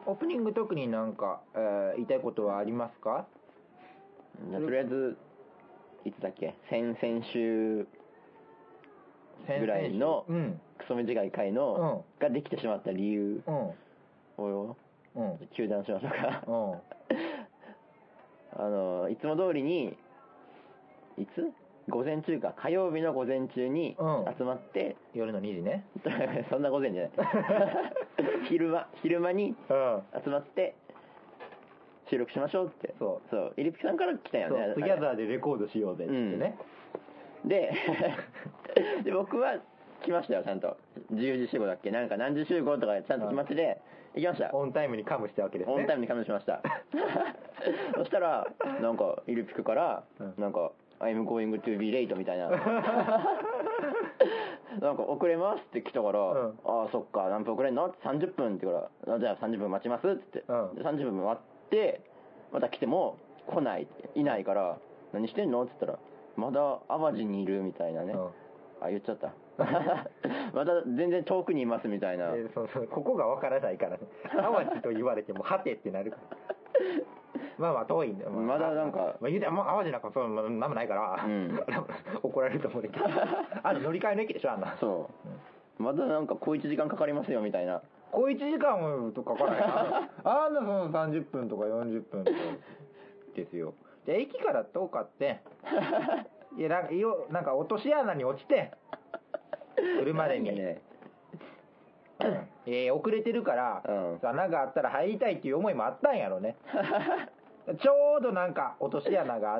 オープニング特になんか、言いたいことはありますか？ じゃあとりあえずいつだっけ、先週ぐらいのクソ短い回の、ができてしまった理由を、糾弾しましょうか。いつも通りに、いつ午前中か、火曜日の午前中に集まって、 夜の2時ね。 そんな午前じゃない昼間に集まって収録しましょうって。そうイリピクさんから来たよね。 トゥギャザーでレコードしようぜってね、 で僕は来ましたよ、ちゃんと。10時集合だっけ、なんか何時集合とかちゃんと決まってて、行きました。 オンタイムにカムしたわけですね。 オンタイムにカムしましたそしたらなんかイルピクからなんかI'm going to be late みたいななんか遅れますって来たから、ああそっか、何分遅れんのって、30分って言うから、じゃあ30分待ちますって言って、30分待ってまた来ても来ない、いないから、何してんのって言ったら、まだ淡路にいるみたいなね、言っちゃったまだ全然遠くにいますみたいな、 そうここがわからないからね、淡路と言われてもはてってなるからまあ遠いんだよ、 まだなんか言うても淡路なんかそうなんもないから、怒られると思うけど乗り換えの駅でしょ、あんな。 そう、まだなんか小1時間かかりますよみたいな。 小1時間もとかかないあんなその30分とか40分とかですよ。じゃあ駅から遠かっていやなんか落とし穴に落ちて来るまでに遅れてるから、穴があったら入りたいっていう思いもあったんやろねちょうどなんか落とし穴があって、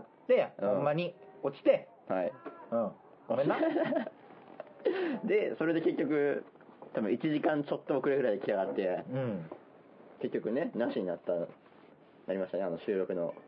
ほんまに落ちて、ごめんなでそれで結局多分1時間ちょっと遅れぐらいで来やがって、結局ねなしになりましたね、収録の。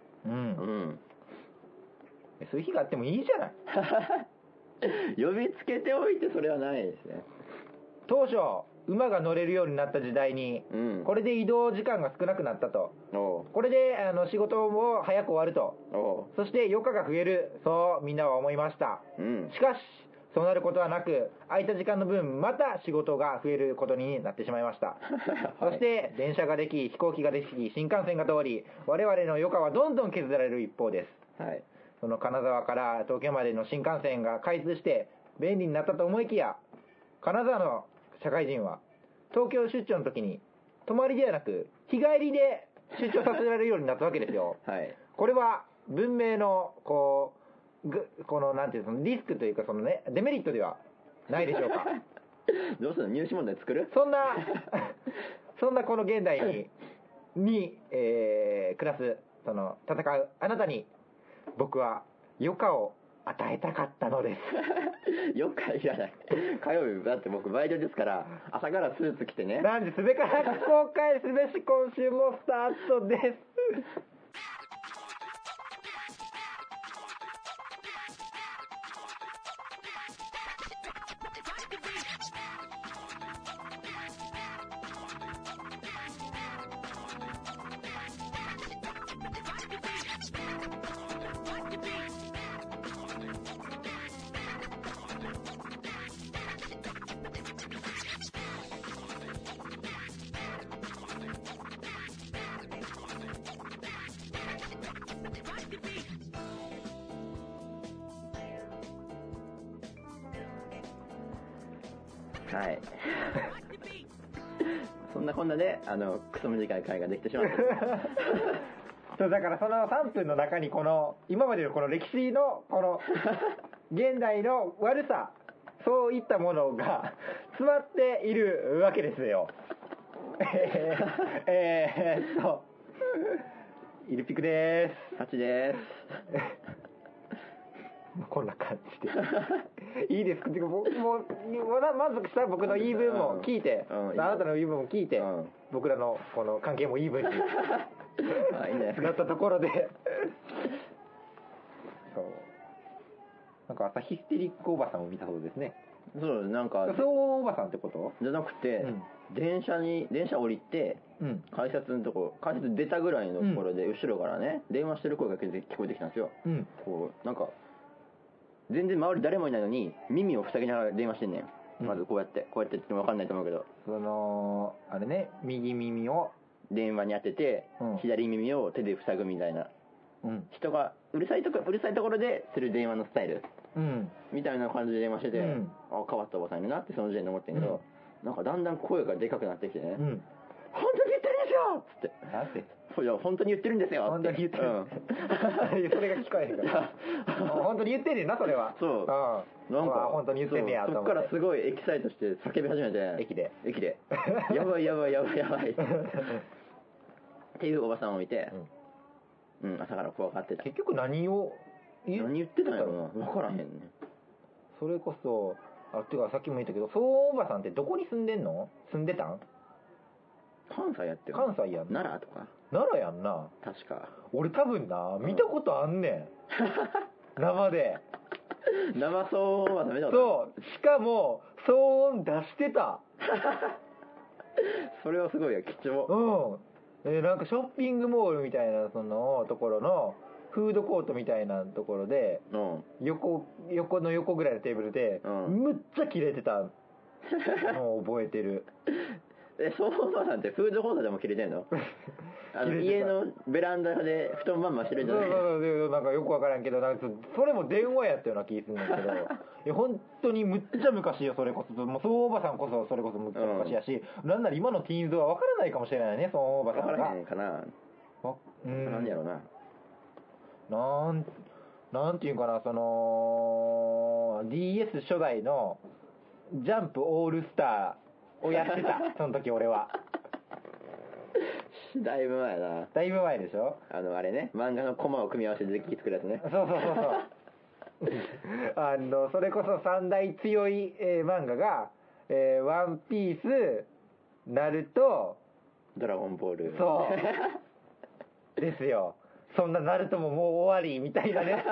そういう日があってもいいじゃない呼びつけておいてそれはないですね。 当初馬が乗れるようになった時代に、これで移動時間が少なくなったと、これで仕事も早く終わると、そして余暇が増える、そうみんなは思いました。しかしそうなることはなく、空いた時間の分また仕事が増えることになってしまいましたそして電車ができ、飛行機ができ、新幹線が通り、我々の余暇はどんどん削られる一方です。その金沢から東京までの新幹線が開通して便利になったと思いきや、金沢の社会人は東京出張の時に泊まりではなく日帰りで出張させられるようになったわけですよこれは文明のこのなんていうのリスクというか、そのねデメリットではないでしょうかどうするの、入試問題作るそんなこの現代に暮らす、その戦うあなたに僕は余暇を与えたかったのです余暇いらない、火曜日だって僕バイトですから、朝からスーツ着てね、 なんですべから公開すべし今週もスタートですはいそんなこんなでクソ短い回ができてしまったそうだからその3分の中にこの今までのこの歴史のこの現代の悪さ、そういったものが詰まっているわけですよイルピクでーす、 ハチでーすこんな感じでいいですか。もう満足した僕の言い分も聞いて、あなたの言い分も聞いて、僕らのこの関係もイーブンになったところでそうなんか朝ヒステリックおばさんを見たそうですね。 そうなんかそうおばさんってことじゃなくて、電車降りて、改札出たぐらいのところで、後ろからね電話してる声が聞こえてきたんですよ。こうなんか全然周り誰もいないのに耳を塞ぎながら電話してんねん。まずこうやって言っても分かんないと思うけど、 あれね、右耳を電話に当てて、左耳を手で塞ぐみたいな、人がうるさいところでする電話のスタイル、みたいな感じで電話してて、あ、変わったおばさんいるなってその時点で思ってんけど、なんかだんだん声がでかくなってきてね、本当に言ってるんですよっつって。 なんて？ いや、本当に言ってるんですよって。 本当に言ってる。それが聞こえへんから。本当に言ってんねんな、それは。 そう。なんか、 本当に言ってんねやと思って。 そっからすごいエキサイトして叫び始めて。 駅で。 やばい。っていうおばさんを見て、朝から怖がってた。 結局何言ってたんやろな。分からへんね。 それこそ、てかさっきも言ったけど、そうおばさんってどこに住んでんの？住んでたん？ 関西やってる。 関西やん。 奈良とか。 奈良やんな。 確か。 俺多分な、見たことあんねん。生で。 生騒音はダメだもん。 そう。しかも、騒音出してた。 それはすごいよ、貴重。 なんかショッピングモールみたいな、そのところの、フードコートみたいなところで、横の横ぐらいのテーブルで、むっちゃキレてたのを覚えてる。 そうおばさんってフードコートでも切れてんの？家のベランダで布団まんましてるんじゃない？ そうなんかよくわからんけど、なんかそれも電話やったような気するんだけど、いや本当にむっちゃ昔よ、それこそ。もうそうおばさんこそそれこそむっちゃ昔やし、なんなら今のティーンズはわからないかもしれないね、そうおばさんが。 わからへんかな。なんやろな。 なんていうんかな、その DS 初代のジャンプオールスターをやってた。その時俺は。 だいぶ前だな。 だいぶ前でしょ？ あれね、漫画のコマを組み合わせてデッキ作るやつね。 そう。それこそ三大強い、漫画が、ワンピース、ナルト、 ドラゴンボール。 そうですよ。そんなナルトももう終わりみたいなね。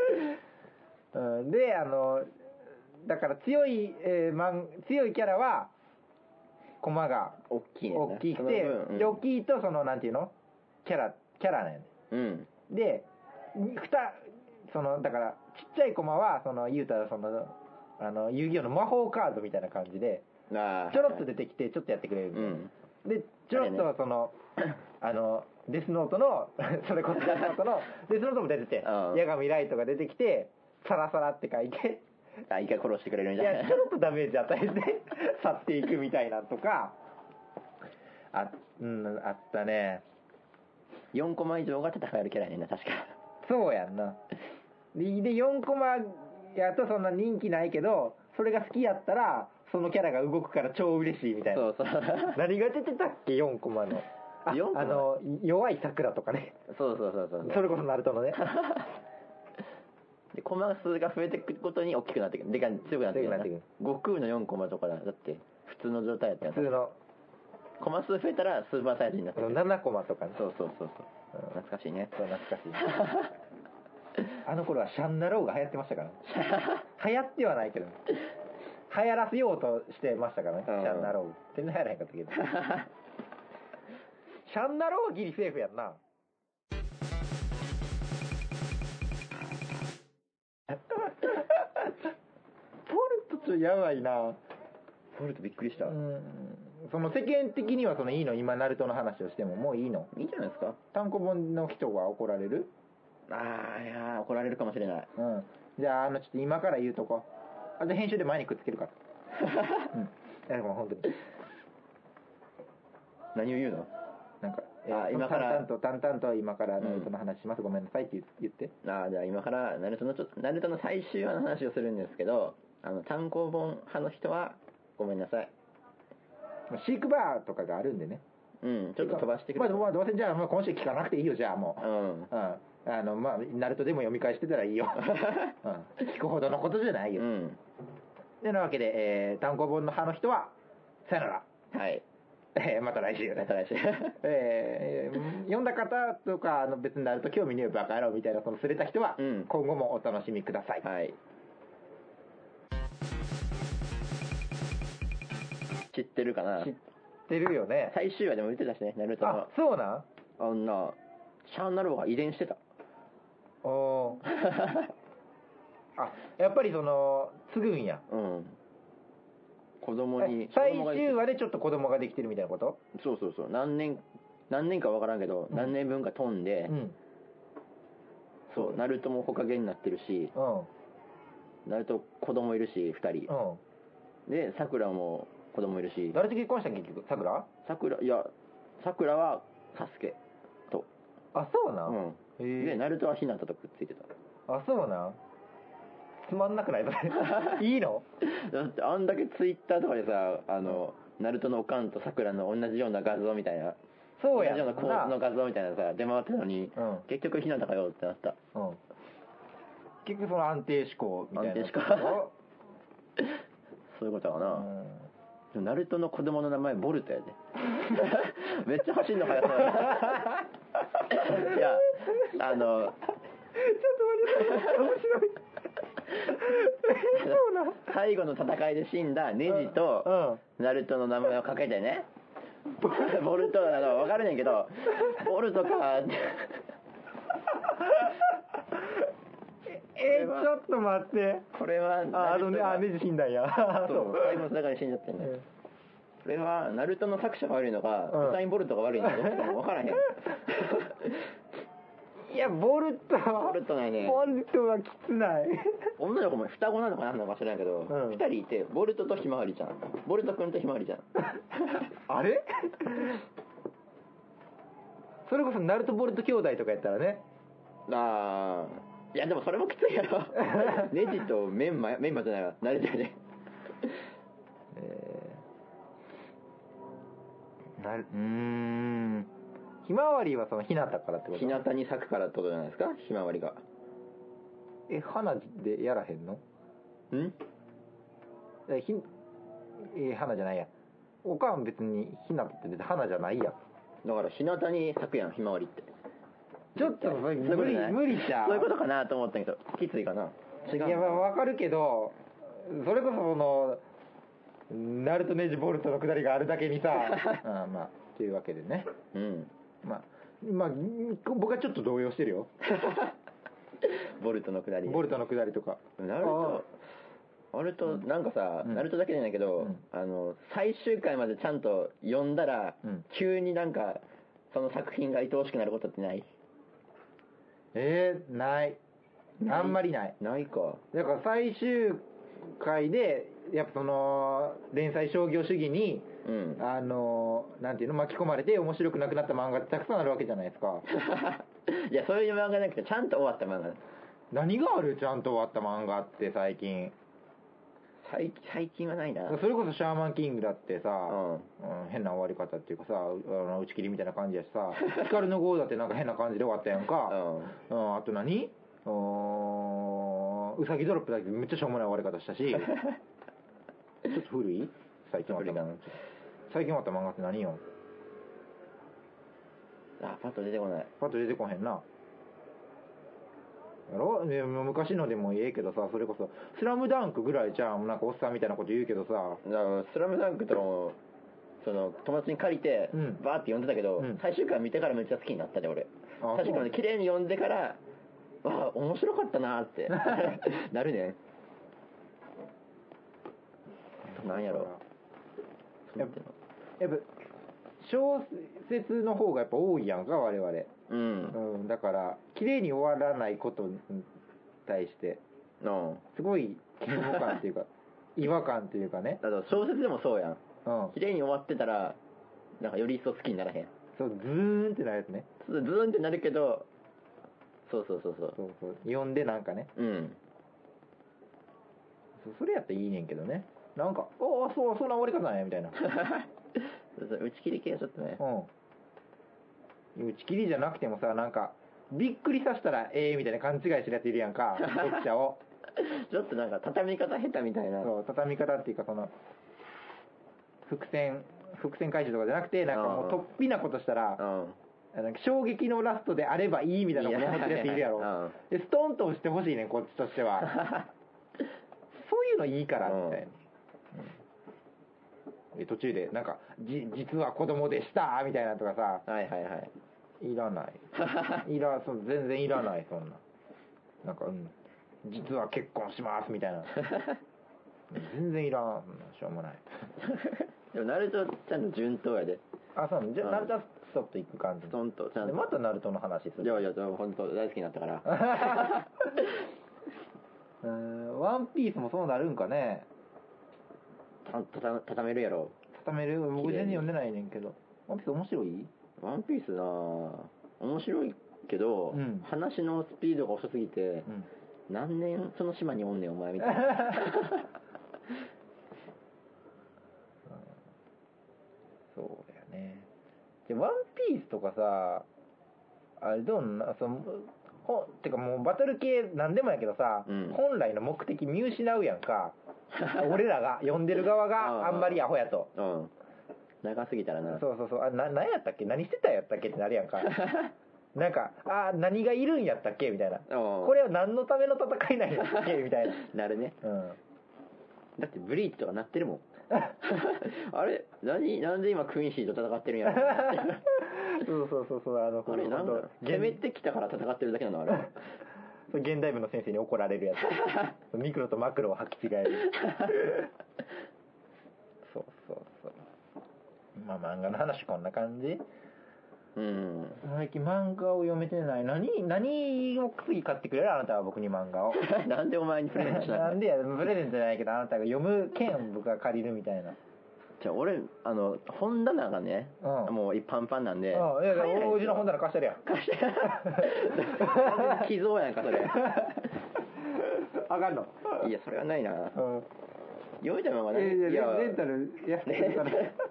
で、だから強いキャラはコマが大きくて、大きいとそのなんていうの、キャラなんやね。で、だからちっちゃいコマはその言うたらその遊戯王の魔法カードみたいな感じでちょろっと出てきてちょっとやってくれるみたいな。でちょろっとそのデスノートのそれこそデスノートも出てて、矢神ライトが出てきてサラサラって書いて、 一回殺してくれるみたいな。 ちょろっとダメージ与えて去っていくみたいなとかあったね。 4コマ以上が戦えるキャラやねんな、確か。 そうやんな。で4コマやとそんな人気ないけど、それが好きやったらそのキャラが動くから超嬉しいみたいな。そう何が出てたっけ、4コマの。弱い桜とかね。 そう。 それこそナルトのね。 でコマ数が増えていくことに大きくなっていく。でか強くなっていく。悟空の4コマとかだって普通の状態やったやん。 普通の。 コマ数増えたらスーパーサイズになってる。 7コマとかね。 そう。懐かしいね。 そう、懐かしい。あの頃はシャンナローが流行ってましたからね。流行ってはないけど、流行らせようとしてましたからね、シャンナロー。全然流行らへんかったけど。シャンナローはギリセーフやんな。ポルトちょっとやばいな。 ポルトびっくりした。 その世間的にはそのいいの、今ナルトの話をしてももういいの？ いいんじゃないですか。 単行本の人は怒られる？ いや怒られるかもしれない。 じゃあちょっと今から言うとこ。じゃあ編集で前にくっつけるから。いやもう本当に。 何を言うの？ なんか今から淡々と今からナルトの話します、ごめんなさいって言って。 じゃあ今からナルトの最終話の話をするんですけど、単行本派の人はごめんなさい。 シークバーとかがあるんでね。 ちょっと飛ばしてくれ。 どうせじゃあ今週聞かなくていいよ、じゃあもう。ナルトでも読み返してたらいいよ。聞くほどのことじゃないよ。てなわけで、単行本の派の人はさよなら。 はい。 また来週。読んだ方とか別になると興味ねえバカ野郎みたいなそのすれた人は、今後もお楽しみください。 はい。知ってるかな？ 知ってるよね。 最終話でも言ってたしね、ナルトの。 そうなん？ シャンナローが遺伝してた。 やっぱりその継ぐんや。 子供に最終話でちょっと子供ができてるみたいなこと？ そう何年何年か分からんけど、何年分か飛んで、そう、ナルトもほかげになってるし、ナルト子供いるし、2人。で、さくらも子供いるし。 誰と結婚したん結局？さくら？ いや、さくらはサスケと。 あ、そうなん？ で、ナルトはヒナタとくっついてた。 あ、そうなん？つまんなくないいいの？ だってあんだけツイッターとかでさ、ナルトのおかんとさくらの同じような画像みたいな。 そうやん同じような構図の画像みたいなさ、出回ってたのに、結局ヒナタかよってなった。 結局その安定志向みたいな。 安定志向。そういうことかな。でもナルトの子供の名前ボルトやで。めっちゃ走んの速そうや。いや、 ちょっと待って、面白い。そうな。 最後の戦いで死んだネジとナルトの名前をかけてね。ボルトなの分かるねんけど、ボルトかって。 ちょっと待って。 これはネジ死んだんや。 そう、最後の戦いで死んじゃってんね。これはナルトの作者が悪いのか、ウサイン・ボルトが悪いのかどっちかも分からへん。 いや、ボルトないね。 ボルトはきつない。 女の子も双子なのかなんのか知らんけど、2人いて、ボルトとひまわりちゃん。ボルトくんとひまわりちゃん。 あれ？それこそナルトボルト兄弟とかやったらね。 いやでもそれもきついやろ。ネジとメンマじゃないわ、ナルトやで。 ひまわりはそのひなたからってこと？ ひなたに咲くからってことじゃないですか、ひまわりが。 花でやらへんの？花じゃないや。おかん別にひなたって別に花じゃないや。 だからひなたに咲くやん、ひまわりって。 ちょっと無理ちゃう。 そういうことかなと思ったけど、きついかな。違う。 いや、わかるけど、それこそそのナルトネジボルトのくだりがあるだけにさ。まあというわけでね。まあ僕はちょっと動揺してるよ。 ボルトのくだりとか。 ナルトなんかさ、ナルトだけじゃないけど、最終回までちゃんと読んだら、急になんかその作品が愛おしくなることってない？ ない。あんまりない。 ないか。 だから最終回でやっぱその連載商業主義に、なんていうの、巻き込まれて面白くなくなった漫画ってたくさんあるわけじゃないですか。 いや、そういう漫画じゃなくてちゃんと終わった漫画。 何がある？ちゃんと終わった漫画って最近はないな。 それこそシャーマンキングだってさ、変な終わり方っていうかさ、打ち切りみたいな感じやしさ、光の号だってなんか変な感じで終わったやんか。あと何？うさぎドロップだけめっちゃしょうもない終わり方したし。ちょっと古い？最近終わった漫画って何よ？ パッと出てこない。 パッと出てこへんな。やろ？昔のでもいいけどさ、それこそスラムダンクぐらいじゃん、なんかおっさんみたいなこと言うけどさ。 スラムダンクとかもその友達に借りてバーって読んでたけど、最終回見てからめっちゃ好きになったで俺。最終回綺麗に読んでから面白かったなーってなるね。なんやろ。 やっぱ小説の方がやっぱ多いやんか我々。だから綺麗に終わらないことに対してすごい嫌悪感っていうか違和感っていうかね。 だから小説でもそうやん。綺麗に終わってたらなんかより一層好きにならへん。 そう、ズーンってなるやつね。 ズーンってなるけど、そう読んでなんかね。それやったらいいねんけどね。なんかそんな終わり方なんやみたいな。 打ち切り系はちょっとね。 打ち切りじゃなくてもさ、なんかびっくりさせたらみたいな勘違いしてるやついるやんか、読者を。 ちょっとなんか畳み方下手みたいな。 そう、畳み方っていうかその伏線回収とかじゃなくて、なんかもう突飛なことしたら、なんか衝撃のラストであればいいみたいなこと思ってるやついるやろ。でストンと押してほしいねんこっちとしては。そういうのいいからみたいな。途中でなんか実は子供でしたみたいなとかさ。いらない。全然いらないそんな。なんか実は結婚しますみたいな。全然いらん、しょうもない。 でもナルトちゃんと順当やで。 そう、ナルトはトッといく感じ。 ストンと。 でまたナルトの話する。 いや、本当大好きになったから。 ワンピースもそうなるんかね。 畳めるやろ。 畳める。僕全然読んでないねんけど。ワンピース面白い？ ワンピースな面白いけど、話のスピードが遅すぎて、何年その島におんねんお前みたいな。 そうだよね。でワンピースとかさ、あれどんなてかもうバトル系なんでもやけどさ、本来の目的見失うやんか。俺らが読んでる側があんまりアホやと。 長すぎたらな。 そう何やったっけ、何してたんやったっけってなるやんか。なんか何がいるんやったっけみたいな。これは何のための戦いなんやったっけみたいな。 なるね。だってブリーチとかなってるもん。あれなんで今クインシーと戦ってるんやろ。 そうあれなんか攻めてきたから戦ってるだけなのあれ。 現代部の先生に怒られるやつ。ミクロとマクロを履き違える。そうまあ漫画の話こんな感じ。最近漫画を読めてない。何を次買ってくれる？あなたは僕に漫画を。 なんでお前にプレゼントしないの？ なんでや、プレゼントじゃないけど、あなたが読む券僕が借りるみたいな。 じゃあ俺本棚がね、もうパンパンなんで。いやうちの本棚貸したるやん。 貸して。寄贈やんかそれ。 あかんの？ いやそれはないな。読みたい漫画ね。 レンタル安くするから。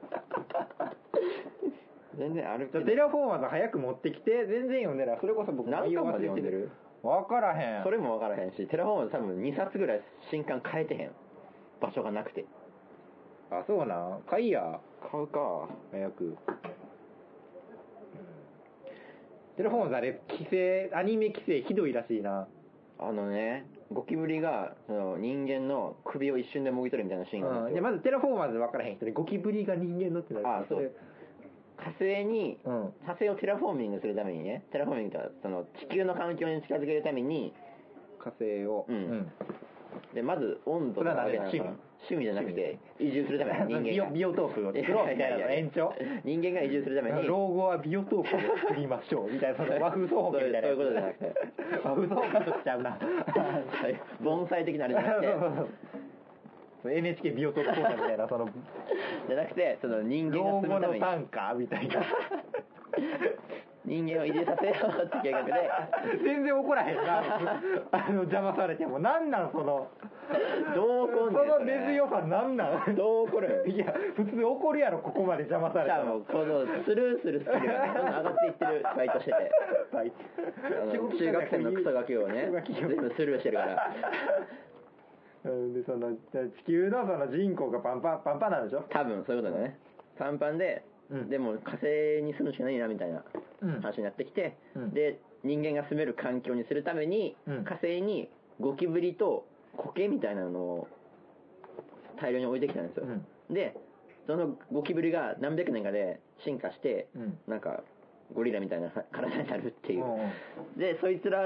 全然あるけど。 テラフォーマーズ早く持ってきて、全然読んでない。それこそ僕何巻まで読んでる？ 分からへん。 それも分からへんし、テラフォーマーズ多分2冊ぐらい新刊変えてへん。場所がなくて。 あ、そうなん？買いや。 買うか。 早く。テラフォーマーズあれ、アニメ規制ひどいらしいな。 ゴキブリが人間の首を一瞬でもぎ取るみたいなシーンがあるんですよ。 まずテラフォーマーズ分からへん人でゴキブリが人間のってなる。 そう。火星をテラフォーミングするためにね、テラフォーミングとは地球の環境に近づけるために火星を、 でまず温度を上げながら趣味じゃなくて移住するために人間がビオトープを作ろうみたいな延長。 人間が移住するために老後はビオトープを作りましょうみたいな、和風総北みたいな。 そういうことじゃなくて和風総北としちゃうな。 盆栽的なあれじゃなくて NHK ビオトープ講座みたいなじゃなくて人間が住むために老後の単価みたいな。 人間を移住させようって計画で全然怒らへんな。邪魔されてもなんどう怒んねんその根強さなんどう怒る？ いや普通怒るやろ、ここまで邪魔されたら。 もうこのスルーするスキルがどんどん上がっていってるバイトしてて中学生のクソガキをね全部スルーしてるから。 で地球の人口がパンパンなんでしょ。 多分そういうことだね。パンパンで、でも火星に住むしかないなみたいな話になってきて、で人間が住める環境にするために、火星にゴキブリと苔みたいなのを大量に置いてきたんですよ。でそのゴキブリが何百年かで進化して、なんかゴリラみたいな体になるっていう。で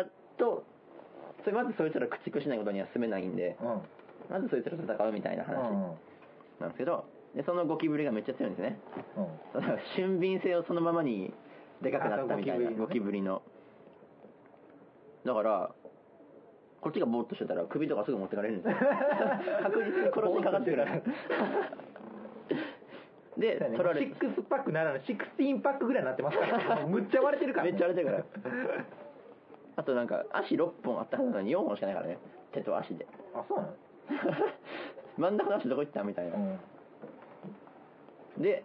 まずそいつら駆逐しないことには住めないんで、まずそいつらと戦うみたいな話なんですけど、でそのゴキブリがめっちゃ強いんですね。俊敏性をそのままにでかくなったみたいな、ゴキブリの。だからこっちがボーっとしてたら首とかすぐ持ってかれるんですよ。確実に殺しにかかってるから。で取られる。 6パックならぬ16パックぐらいになってますから。むっちゃ割れてるから。 めっちゃ割れてるから。あとなんか足6本あったはずなのに4本しかないからね、手と足で。 あ、そうなの？ 真ん中の足どこ行ったみたいな。で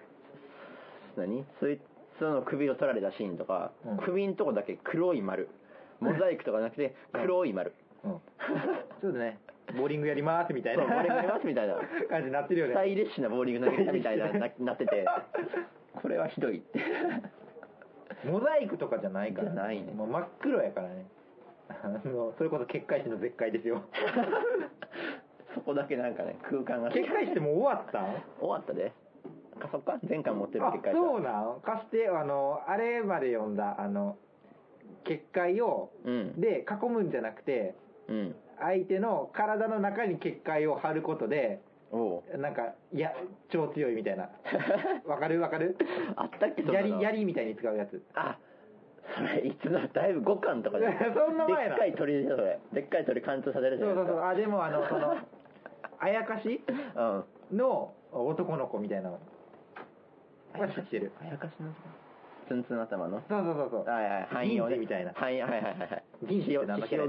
その首を取られたシーンとか、首のとこだけ黒い丸、モザイクとかなくて黒い丸。 そうだね。ボーリングやりますみたいな。 ボーリングやりますみたいな感じになってるよね。 スタイリッシュなボーリング投げたみたいななってて、これはひどいって。 モザイクとかじゃないから、 ないね。 もう真っ黒やからね。それこそ結界師の絶海ですよ。 そこだけなんかね、空間が。 結界師ってもう終わった？ 終わったで。貸そっか？前回持ってる結界師。 そうなん？貸して、あれまで読んだ、結界を、で、囲むんじゃなくて、相手の体の中に結界を貼ることで、 なんかいや超強いみたいなわかるあったっけ？ 槍みたいに使うやつ。 それいつのだいぶ5巻とかでそんな前な。 でっかい鳥でしょそれ。でっかい鳥貫通させるじゃないですか。 そうでもそのあやかしの男の子みたいなのは知ってる。 あやかしのツンツン頭の。 そうはい銀次みたいな。 はい銀次って何だっけ？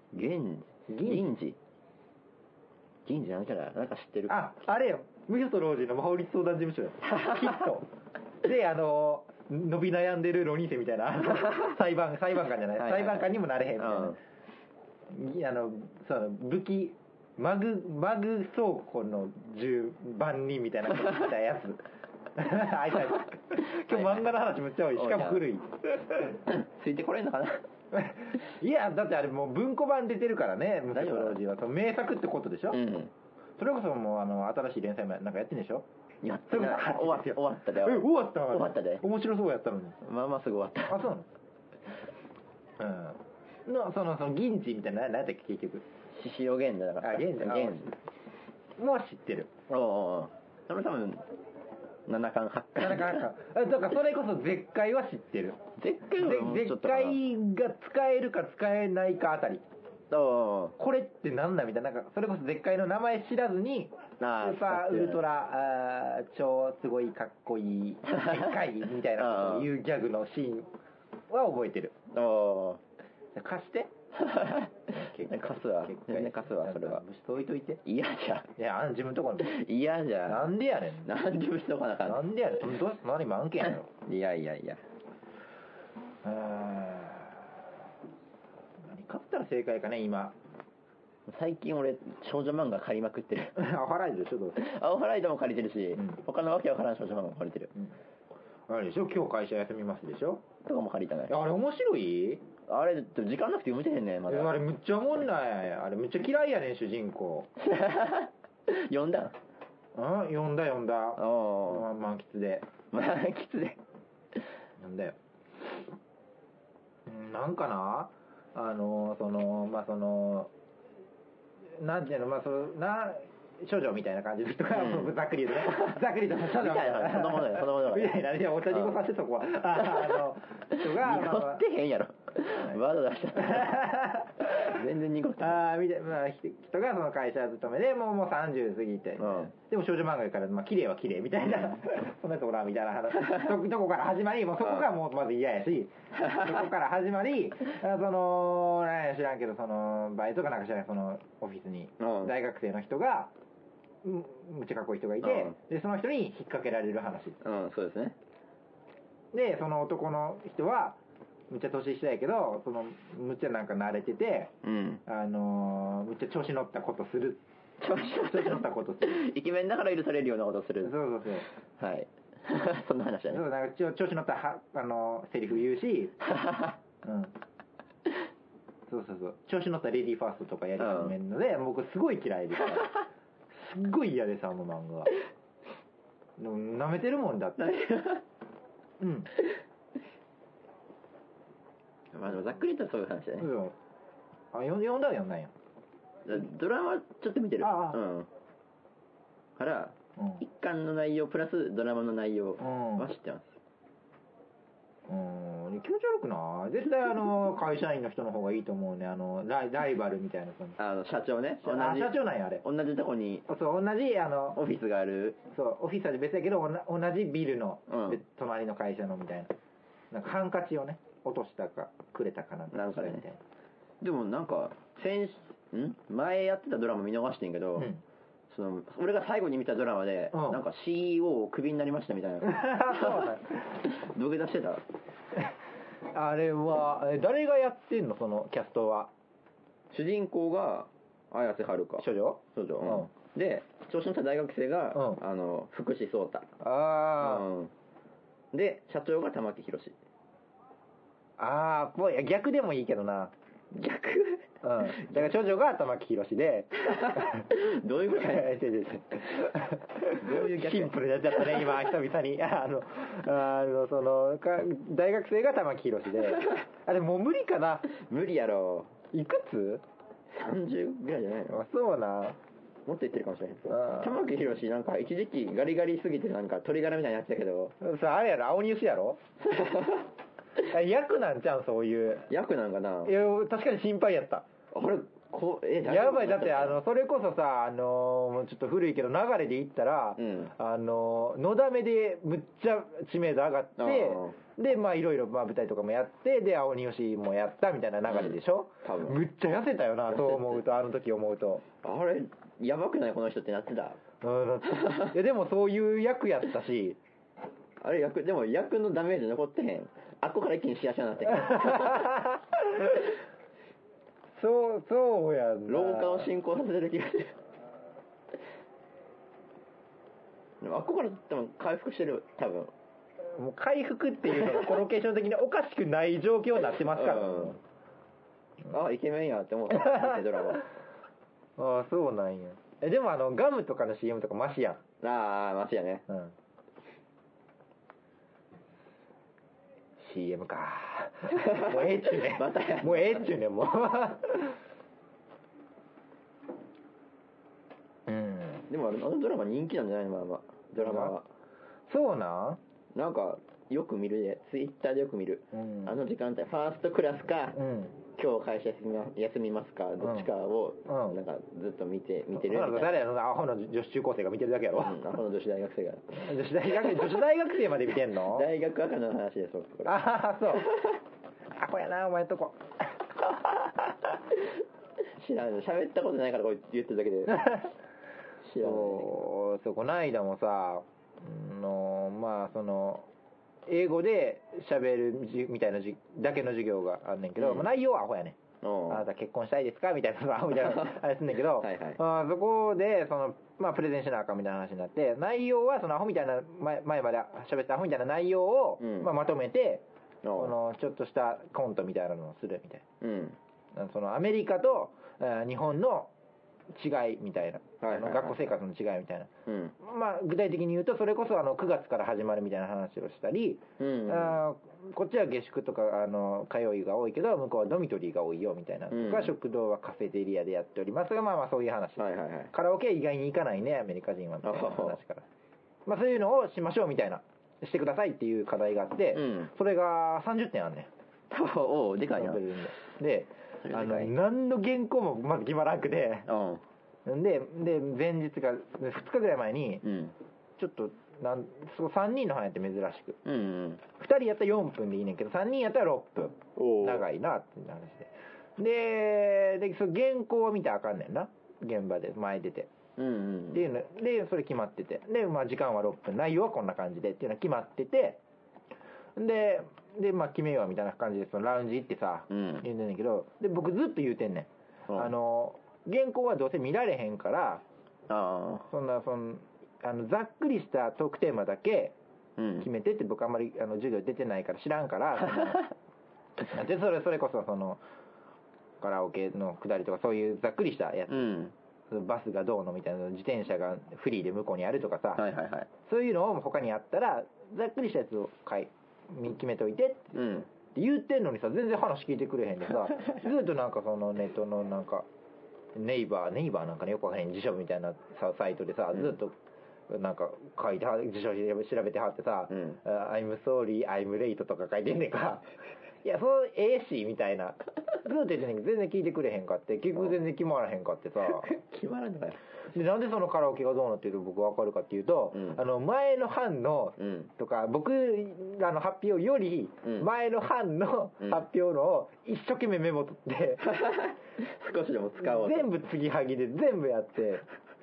銀次なんかなんか知ってる。 あれよ、無所と老人の法律相談事務所よ。きっと。で伸び悩んでる浪人生みたいな裁判官じゃない、裁判官にもなれへんみたいな、武器マグ倉庫の番人みたいなことしたやつあいつ今日漫画の話むっちゃ多い。しかも古いついてこれんのかな。 いやだってあれもう文庫版出てるからね。無所と老人は名作ってことでしょ。それこそもう新しい連載もなんかやってんでしょ。 やってない。終わったで。 終わったで。面白そうやったのに。 まあすぐ終わった。 そうなの。その銀次みたいな何やったっけ結局。 獅子王源だから。 源もう知ってる。 それ多分7巻8巻。 だからそれこそ絶海は知ってる。絶海が使えるか使えないかあたり。これってなんだみたいな、それこそ絶海の名前知らずにスーパーウルトラ超すごいかっこいい絶海みたいなことを言うギャグのシーンは覚えてる。貸して貸すわそれは。 虫と置いといて。 嫌じゃ。 いや自分のところに。 嫌じゃ。 なんでやねん。 なんで虫とかなかった。 なんでやねん。何も案件やろ。 いや。 何買ったら正解かね今。 最近俺少女漫画借りまくってる。 アホライドでしょ。どうせアホライドも借りてるし、他のわけわからん少女漫画も借りてる。 あれでしょ、今日会社休みますでしょとかも借りたね。 あれ面白い？ あれ時間なくて読めてへんねんまだ。 あれむっちゃおもんない。あれむっちゃ嫌いやねん主人公。 読んだ？ 読んだ。満喫で読んだよ。なんかななんていうの少女みたいな感じの人が、ざっくり言うとね、ざっくりと少女みたいな子供だよみたいな、お茶にごさせてそこは人が濁ってへんやろ。ワード出した全然濁って人がその会社勤めでもう30過ぎて、でも少女漫画やから綺麗は綺麗みたいなそんなところみたいな話どこから始まり、もうそこがもうまず嫌やし、そこから始まり何や知らんけどバイトかなんか知らん、そのオフィスに大学生の人がむっちゃかっこいい人がいて、でその人に引っ掛けられる話。 そうですね。 でその男の人はむっちゃ年下やけどむっちゃなんか慣れてて、むっちゃ調子乗ったことする。 イケメンだから許されるようなことする。 そうはいそんな話だね。 なんか調子乗ったセリフ言うしそう調子乗ったレディーファーストとかやり始めるので、僕すごい嫌いです。すっごい嫌です、あの漫画。でも舐めてるもんだって。 まあでもざっくりとそういう話だね。 読んだら読んないよ。 ドラマちょっと見てる。から一巻の内容プラスドラマの内容は知ってます。 気持ち悪くない？絶対会社員の人の方がいいと思うね。ライバルみたいな社長ね。 社長なんやあれ。 同じとこに同じオフィスがある。 そうオフィスは別やけど同じビルの隣の会社のみたいな。なんかハンカチをね落としたかくれたかなんかみたいな。 でもなんか前やってたドラマ見逃してんけど、俺が最後に見たドラマで、なんか CEO をクビになりましたみたいな。土下座してた。 あれは誰がやってんの、そのキャストは。 主人公が綾瀬はるか。 少女、 で調子乗った大学生が、福士蒼汰。で社長が玉木宏。 ぽい。逆でもいいけどな。 逆だから長女が玉木宏でどういうこと？どういう逆？ シンプルになっちゃったね今久々に大学生が玉木宏ででももう無理かな。 無理やろ。 いくつ？ 30ぐらいじゃないの？ そうな。 もっと言ってるかもしれへん。玉木宏なんか一時期ガリガリすぎてなんか鳥柄みたいになってたけど。 あれやろ、青ニュースやろ役なんちゃう、そういう。 役なんかな。 いや、確かに心配やった。 あれ、 やばい、だってそれこそさ、ちょっと古いけど流れで言ったら、のだめでむっちゃ知名度上がって、でまあいろいろ舞台とかもやって、で青ニ吉もやったみたいな流れでしょ。多分むっちゃ痩せたよな、そう思うと、あの時思うと。 あれやばくないこの人ってなってた。 いやでもそういう役やったし、 あれでも役のダメージ残ってへん。あっこから一気にシワシワになってそうやんな。 老化を進行させてる気がする。でもあっこから多分回復してる、多分。 もう回復っていうのがコロケーション的におかしくない状況になってますから、 あ、イケメンやって思ったドラマ。 ああ、そうなんや。でもガムとかの CM とかマシやん。 ああ、マシやね。 CM か。もうええっちゅうね。 またや。 もうええっちゅうね、もう。 でもあのドラマ人気なんじゃないの、まあドラマは。 そうなん？ なんかよく見るで、ツイッターでよく見る。あの時間帯、ファーストクラスか、今日会社休みますか、どっちかをなんかずっと見てるみたいな。 誰やろ、アホの女子中高生が見てるだけやろ。 アホの女子大学生が。 女子大学生まで見てんの？ 大学赤の話です、僕。 ああ、そう。アホやな、お前んとこ。 知らん、喋ったことないからこう言ってるだけで。知らない。 そう、この間もさ、まあ英語で喋るみたいなだけの授業があんねんけど、内容はアホやねん。あなた結婚したいですかみたいなあれすんねんけど、そこでまあプレゼンしなあかんみたいな話になって、内容はアホみたいな前まで喋ったアホみたいな内容をまとめて、ちょっとしたコントみたいなのをするみたいな、アメリカと日本の違いみたいな、学校生活の違いみたいな、まあ具体的に言うと、それこそ9月から始まるみたいな話をしたり、こっちは下宿とか通いが多いけど向こうはドミトリーが多いよみたいな、食堂はカフェテリアでやっておりますが、まあまあそういう話、カラオケは意外に行かないねアメリカ人はみたいな話から、まあそういうのをしましょうみたいな、してくださいっていう課題があって、それが30点あんねん。 おお、でかいな。 で何の原稿もまず決まらんくて、で前日が2日ぐらい前に、ちょっと3人の班やって珍しく、2人やったら4分でいいねんけど、3人やったら6分長いなって話で、その原稿を見たらあかんねんな、現場で前出て、っていうので、それ決まってて、で、まあ、時間は6分、内容はこんな感じでっていうのが決まってて、でまあ決めようみたいな感じでそのラウンジ行ってさ、言うてんねんけど、で僕ずっと言うてんねん、原稿はどうせ見られへんから、ざっくりしたトークテーマだけ決めてって、僕あんまり授業出てないから知らんからでそれこそカラオケの下りとかそういうざっくりしたやつ、バスがどうのみたいな、自転車がフリーで向こうにあるとかさ、そういうのを他にあったらざっくりしたやつを決めといてって言ってんのにさ、全然話聞いてくれへんでさずっとなんかネットのなんかネイバーなんかね、よくわからへん辞書みたいなサイトでさ、ずっとなんか書いて辞書調べてはってさ、I'm sorry, I'm late とか書いてんねんかいや、そうええしみたいな、ずっと言ってんねんけど全然聞いてくれへんかって、結局全然決まらへんかってさ決まらんのかよ。 でなんでそのカラオケがどうなってると僕分かるかっていうと、前の班のとか、僕らの発表より前の班の発表のを一生懸命メモ取って少しでも使おうと全部継ぎはぎで全部やって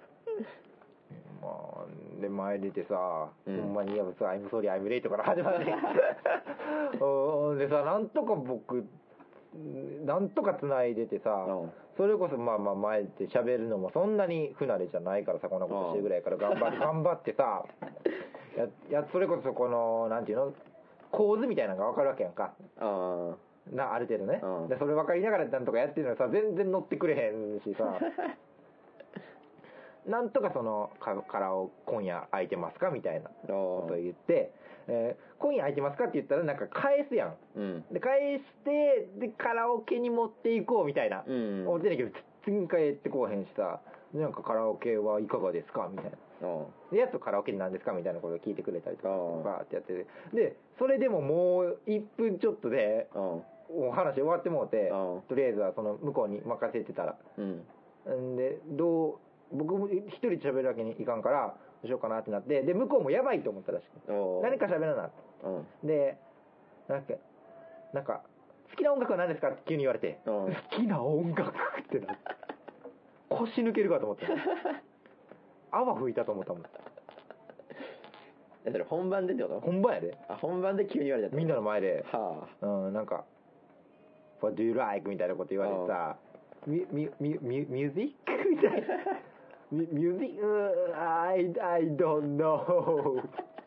で前出てさ、ほんまにI'm sorry, I'm late から始まってでさ、なんとか僕なんとか繋いでてさ、それこそまあまあ前で喋るのもそんなに不慣れじゃないからさ、こんなことしてるぐらいから頑張ってさそれこそこのなんていうの、構図みたいなのが分かるわけやんか、ある程度ね、でそれ分かりながらなんとかやってるのさ、全然乗ってくれへんしさなんとか殻を今夜空いてますかみたいなことを言って、今夜空いてますかって言ったらなんか返すやん、で返してでカラオケに持っていこうみたいな、思ってんねんけど次に帰ってこうへんしさ、 なんかカラオケはいかがですかみたいな。で、やっとカラオケなんですかみたいなことを聞いてくれたりとか、バーってやってて。で、それでももう1分ちょっとで、お話終わってもうて、とりあえずはその向こうに任せてたら。んで、僕も一人で喋るわけにいかんから、どうしようかなってなって、で、向こうもやばいと思ったらしく。何か喋らな。で、なんか、好きな音楽は何ですかって急に言われて、好きな音楽ってなって、腰抜けるかと思った。泡吹いたと思ったもん。 それ本番でってこと？ 本番やで。 本番で急に言われた。 みんなの前で、なんか、What do you like? みたいなこと言われてさ、ミュージックみたいな。ミュージックI don't know.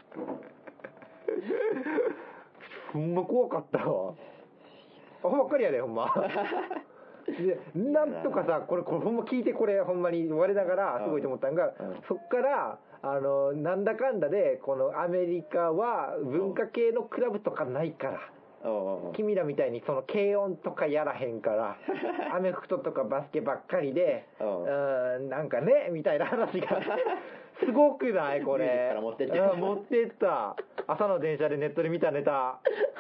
ほんま怖かったわ。ほんまっかりやで、ほんま。で、なんとかさ、これほんま聞いて、これほんまに我ながらすごいと思ったんが、そっから、なんだかんだで、このアメリカは文化系のクラブとかないから、君らみたいにその軽音とかやらへんから、アメフトとかバスケばっかりで、なんかね、みたいな話が、すごくないこれ。持ってった。朝の電車でネットで見たネタ。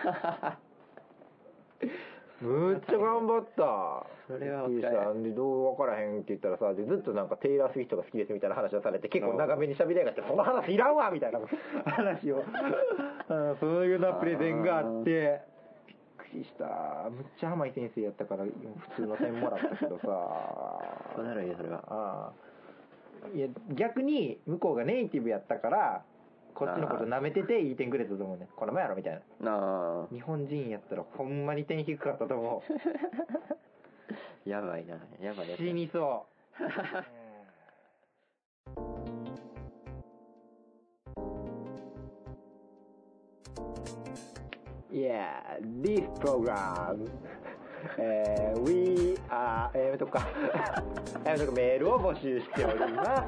むっちゃ頑張った。 それはでどう分からへんって言ったらさ、ずっとなんかテイラー・スウィフトが好きですみたいな話をされて、結構長めに喋りやがって、その話いらんわみたいな話を、そういうなプレゼンがあって、びっくりした。むっちゃ甘い先生やったから、普通の点もらったけどさ。 そうなるよ、それは。 いや、逆に向こうがネイティブやったから、こっちのこと舐めてていい点くれたと思うね。これもやろみたいな。日本人やったらほんまに点低かったと思う。やばいな。やばい。 死にそう。Yeah, this program, we are やめとくかメールを募集しております。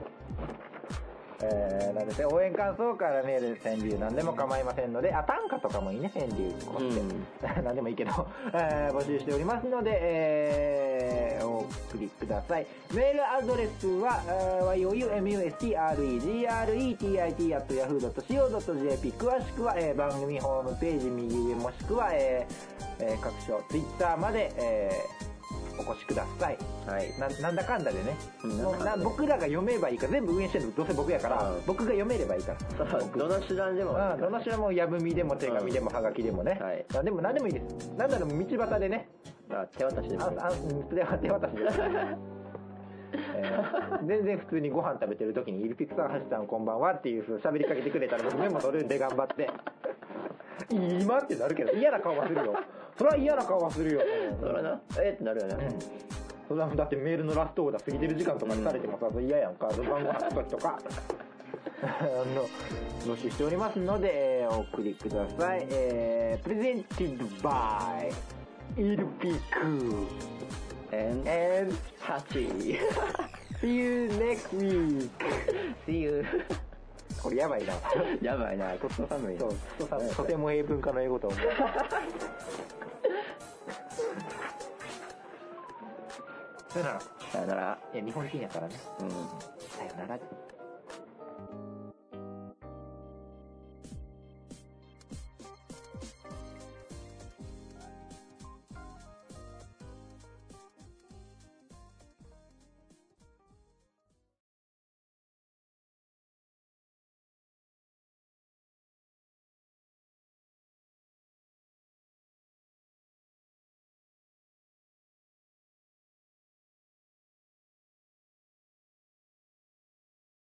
なんですね、応援感想からメール、川柳何でも構いませんので、短歌とかもいいね、川柳こって、何でもいいけど、募集しておりますので、お送りください。メールアドレスは、youmustregret@yahoo.co.jp、 詳しくは、番組ホームページ右上もしくは、各種 Twitter まで、お越しください。はい。なんだかんだでね。僕らが読めばいいから、全部運営してるのどうせ僕やから、僕が読めればいいから。 どの手段でも。 どの手段も、やぶみでも手紙でもはがきでもね。はい。何でもいいです。なんだろう、道端でね。 手渡しでも。 手渡しで。全然普通にご飯食べてる時に、イルピクさん、ハシさんこんばんはっていう風喋りかけてくれたら、僕メモ取るんで頑張って。今ってなるけど、嫌な顔はするよ。それは嫌な顔はするよ。 それな。ってなるよね。 それはだってメールのラストオーダー過ぎてる時間とかにされてもさ、嫌やんか。番号書く時とか。募集しておりますので、お送りください。Presented by イルピク and Hachi. See you next week. See you. これやばいな。 やばいな。とっても寒い。 とても英文化の英語と思う。さよなら。 さよなら。 いや、日本人やからね。さよなら。